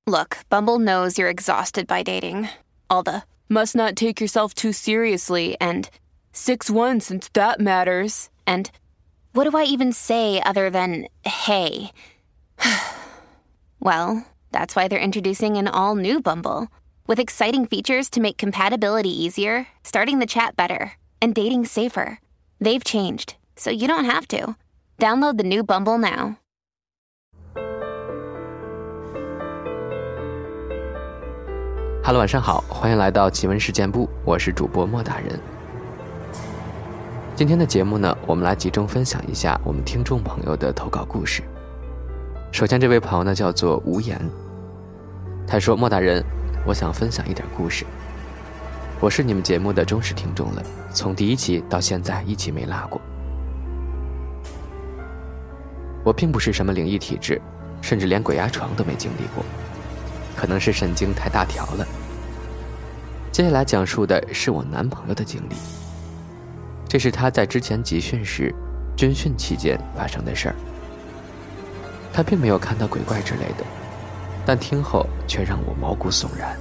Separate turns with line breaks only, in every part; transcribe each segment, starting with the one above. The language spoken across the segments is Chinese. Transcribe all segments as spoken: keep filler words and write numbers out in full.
Look, Bumble knows you're exhausted by dating. All the must not take yourself too seriously and six one since that matters. And what do I even say other than hey? Well, that's why they're introducing an all-new Bumble with exciting features to make compatibility easier, starting the chat better, and dating safer. They've changed, so you don't have to. Download the new Bumble now.
Hello， 晚上好，欢迎来到奇闻事件部，我是主播莫大人。今天的节目呢，我们来集中分享一下我们听众朋友的投稿故事。首先这位朋友呢叫做无言，他说：莫大人，我想分享一点故事。我是你们节目的忠实听众了，从第一期到现在一期没落过。我并不是什么灵异体质，甚至连鬼压床都没经历过，可能是神经太大条了。接下来讲述的是我男朋友的经历，这是他在之前集训时军训期间发生的事儿。他并没有看到鬼怪之类的，但听后却让我毛骨悚然。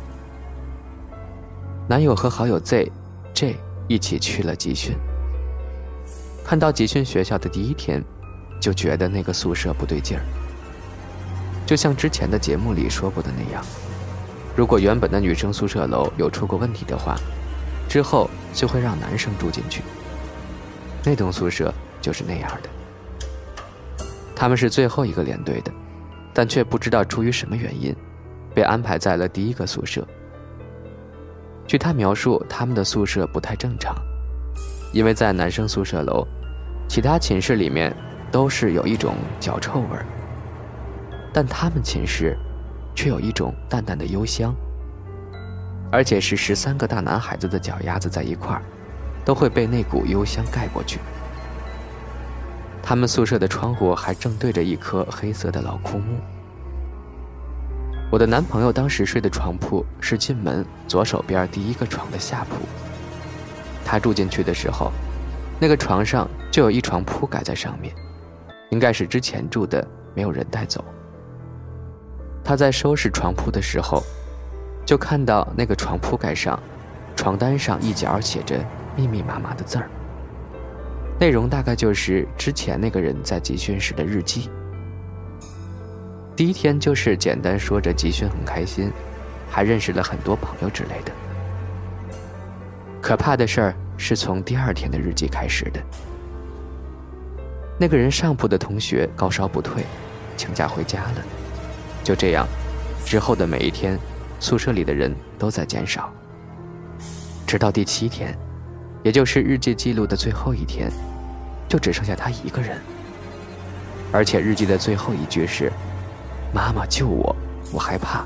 男友和好友 Z、J 一起去了集训，看到集训学校的第一天，就觉得那个宿舍不对劲儿。就像之前的节目里说过的那样，如果原本的女生宿舍楼有出过问题的话，之后就会让男生住进去。那栋宿舍就是那样的。他们是最后一个连队的，但却不知道出于什么原因，被安排在了第一个宿舍。据他描述，他们的宿舍不太正常，因为在男生宿舍楼，其他寝室里面都是有一种脚臭味儿，但他们寝室却有一种淡淡的幽香，而且是十三个大男孩子的脚丫子在一块儿，都会被那股幽香盖过去。他们宿舍的窗户还正对着一棵黑色的老枯木。我的男朋友当时睡的床铺是进门左手边第一个床的下铺，他住进去的时候，那个床上就有一床铺盖在上面，应该是之前住的，没有人带走。他在收拾床铺的时候，就看到那个床铺盖上，床单上一角写着密密麻麻的字儿，内容大概就是之前那个人在集训时的日记。第一天就是简单说着集训很开心，还认识了很多朋友之类的。可怕的事儿是从第二天的日记开始的。那个人上铺的同学高烧不退，请假回家了。就这样，之后的每一天，宿舍里的人都在减少，直到第七天，也就是日记记录的最后一天，就只剩下他一个人。而且日记的最后一句是：妈妈救我，我害怕。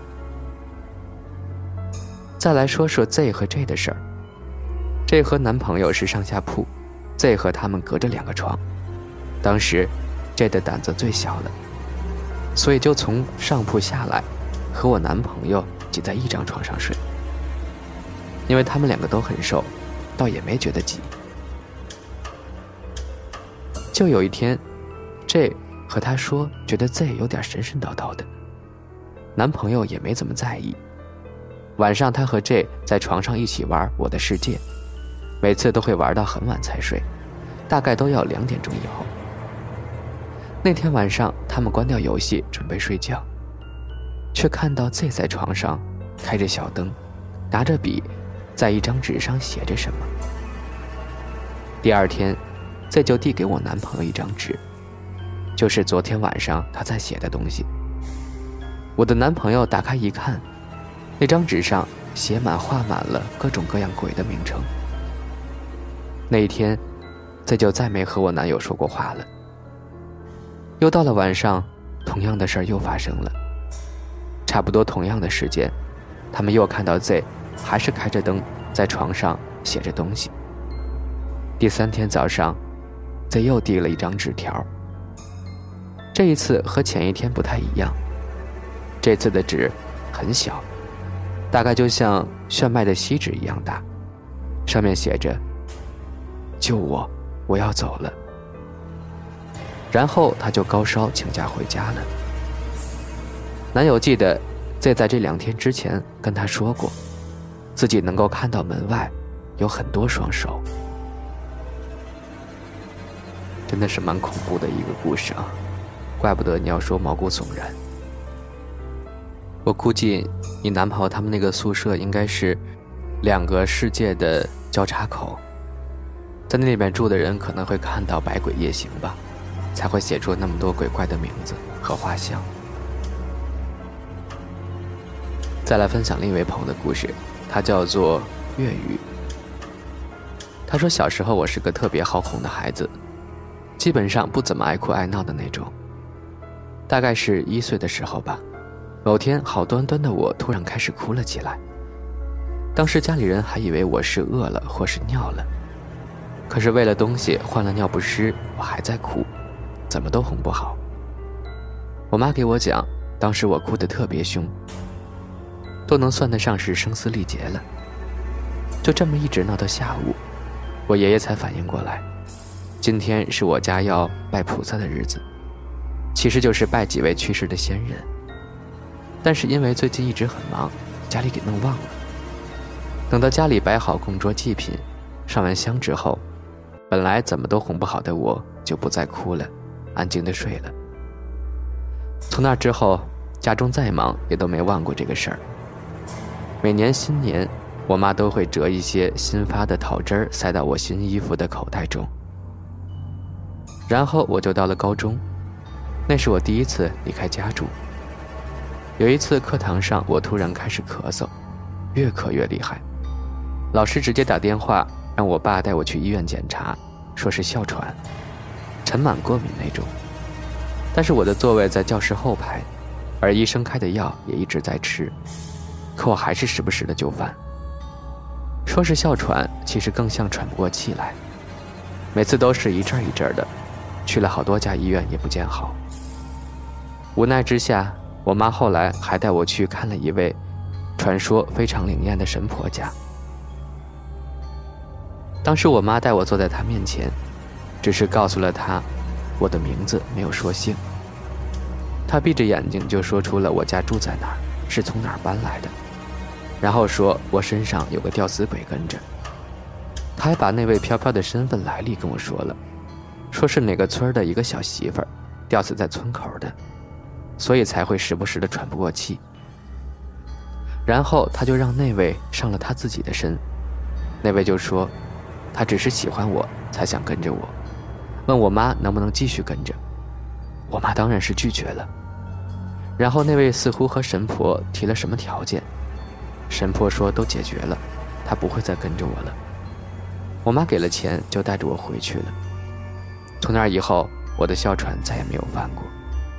再来说说 Z 和 J 的事儿。J 和男朋友是上下铺， Z 和他们隔着两个床。当时 J 的胆子最小了，所以就从上铺下来，和我男朋友挤在一张床上睡。因为他们两个都很瘦，倒也没觉得挤。就有一天 J 和他说觉得 Z 有点神神叨叨的，男朋友也没怎么在意。晚上他和 J 在床上一起玩我的世界，每次都会玩到很晚才睡，大概都要两点钟以后。那天晚上他们关掉游戏准备睡觉，却看到 Z 在床上开着小灯，拿着笔在一张纸上写着什么。第二天 Z 就递给我男朋友一张纸，就是昨天晚上他在写的东西。我的男朋友打开一看，那张纸上写满画满了各种各样鬼的名称。那一天 Z 就再没和我男友说过话了。又到了晚上，同样的事儿又发生了。差不多同样的时间，他们又看到 Z 还是开着灯在床上写着东西。第三天早上 Z 又递了一张纸条，这一次和前一天不太一样，这次的纸很小，大概就像炫迈的锡纸一样大，上面写着：救我，我要走了。然后他就高烧请假回家了。 男友记得 Z 在这两天之前跟他说过，自己能够看到门外有很多双手。真的是蛮恐怖的一个故事啊，怪不得你要说毛骨悚然。我估计你男朋友他们那个宿舍应该是两个世界的交叉口，在那里面住的人可能会看到百鬼夜行吧，才会写出那么多鬼怪的名字和画像。再来分享另一位朋友的故事，他叫做粤语。他说，小时候我是个特别好恐的孩子，基本上不怎么爱哭爱闹的那种。大概是一岁的时候吧，某天好端端的我突然开始哭了起来。当时家里人还以为我是饿了或是尿了，可是为了东西换了尿不湿，我还在哭，怎么都哄不好。我妈给我讲，当时我哭得特别凶，都能算得上是声嘶力竭了。就这么一直闹到下午，我爷爷才反应过来，今天是我家要拜菩萨的日子，其实就是拜几位去世的先人。但是因为最近一直很忙，家里给弄忘了。等到家里摆好供桌祭品，上完香之后，本来怎么都哄不好的我就不再哭了，安静地睡了。从那之后，家中再忙也都没忘过这个事儿。每年新年，我妈都会折一些新发的桃汁儿塞到我新衣服的口袋中。然后我就到了高中，那是我第一次离开家住。有一次课堂上，我突然开始咳嗽，越咳越厉害。老师直接打电话让我爸带我去医院检查，说是哮喘，尘螨过敏那种。但是我的座位在教室后排，而医生开的药也一直在吃，可我还是时不时的就犯。说是哮喘，其实更像喘不过气来，每次都是一阵一阵的，去了好多家医院也不见好。无奈之下，我妈后来还带我去看了一位传说非常灵验的神婆家。当时我妈带我坐在她面前，只是告诉了她我的名字，没有说姓。她闭着眼睛就说出了我家住在哪儿，是从哪儿搬来的，然后说我身上有个吊死鬼跟着。她还把那位飘飘的身份来历跟我说了，说是哪个村的一个小媳妇儿吊死在村口的，所以才会时不时的喘不过气。然后他就让那位上了他自己的身，那位就说他只是喜欢我才想跟着我，问我妈能不能继续跟着。我妈当然是拒绝了。然后那位似乎和神婆提了什么条件，神婆说都解决了，她不会再跟着我了。我妈给了钱就带着我回去了。从那以后，我的哮喘再也没有犯过。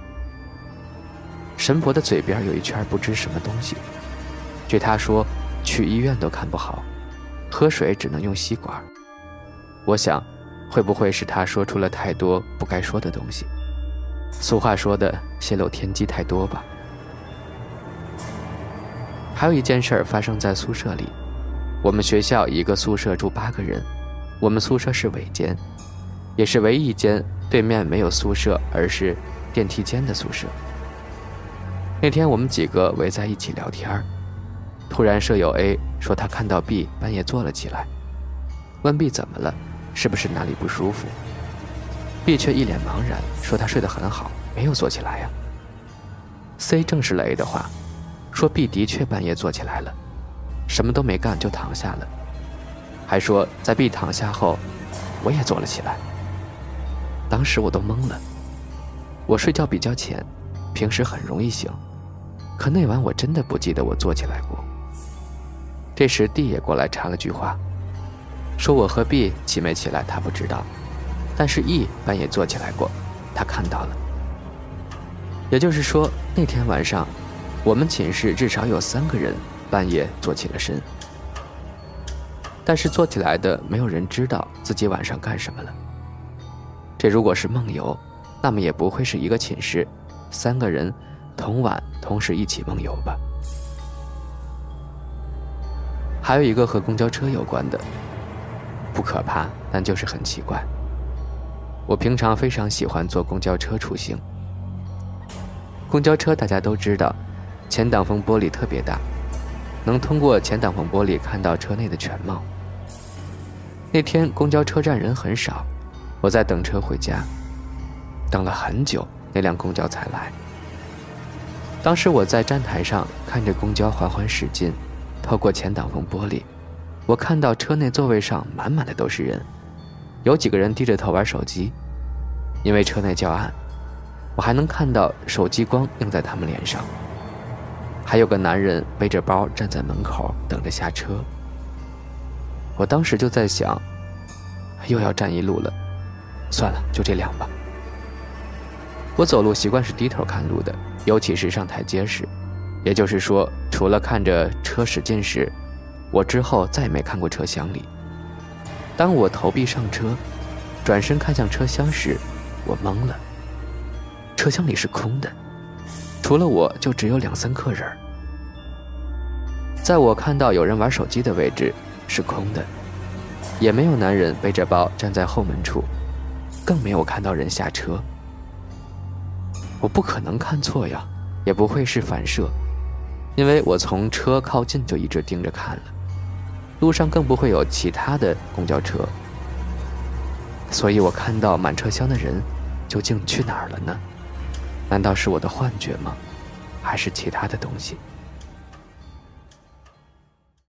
神婆的嘴边有一圈不知什么东西，据她说去医院都看不好，喝水只能用吸管。我想会不会是她说出了太多不该说的东西，俗话说的泄露天机太多吧。还有一件事发生在宿舍里，我们学校一个宿舍住八个人，我们宿舍是尾间，也是唯一一间对面没有宿舍而是电梯间的宿舍。那天我们几个围在一起聊天，突然舍友 A 说他看到 B 半夜坐了起来，问 B 怎么了，是不是哪里不舒服。 B 却一脸茫然，说他睡得很好，没有坐起来呀。 C 证实了 A 的话，说 B 的确半夜坐起来了，什么都没干就躺下了，还说在 B 躺下后我也坐了起来。当时我都懵了，我睡觉比较浅，平时很容易醒，可那晚我真的不记得我坐起来过。这时 D 也过来插了句话，说我和 B 起没起来他不知道，但是 E 半夜坐起来过，他看到了。也就是说，那天晚上我们寝室至少有三个人半夜坐起了身，但是坐起来的没有人知道自己晚上干什么了。这如果是梦游，那么也不会是一个寝室三个人同晚同时一起梦游吧。还有一个和公交车有关的，不可怕，但就是很奇怪。我平常非常喜欢坐公交车出行， 公交车大家都知道，前挡风玻璃特别大，能通过前挡风玻璃看到车内的全貌。那天公交车站人很少，我在等车回家，等了很久，那辆公交才来。当时我在站台上看着公交缓缓驶进，透过前挡风玻璃，我看到车内座位上满满的都是人，有几个人低着头玩手机，因为车内较暗，我还能看到手机光映在他们脸上。还有个男人背着包站在门口等着下车。我当时就在想，又要站一路了，算了，就这辆吧。我走路习惯是低头看路的，尤其是上台阶时，也就是说，除了看着车驶进时，我之后再也没看过车厢里。当我投币上车，转身看向车厢时，我懵了。车厢里是空的，除了我就只有两三个人。在我看到有人玩手机的位置是空的，也没有男人背着包站在后门处，更没有看到人下车。我不可能看错呀，也不会是反射，因为我从车靠近就一直盯着看了，路上更不会有其他的公交车，所以我看到满车厢的人究竟去哪儿了呢？难道是我的幻觉吗？还是其他的东西？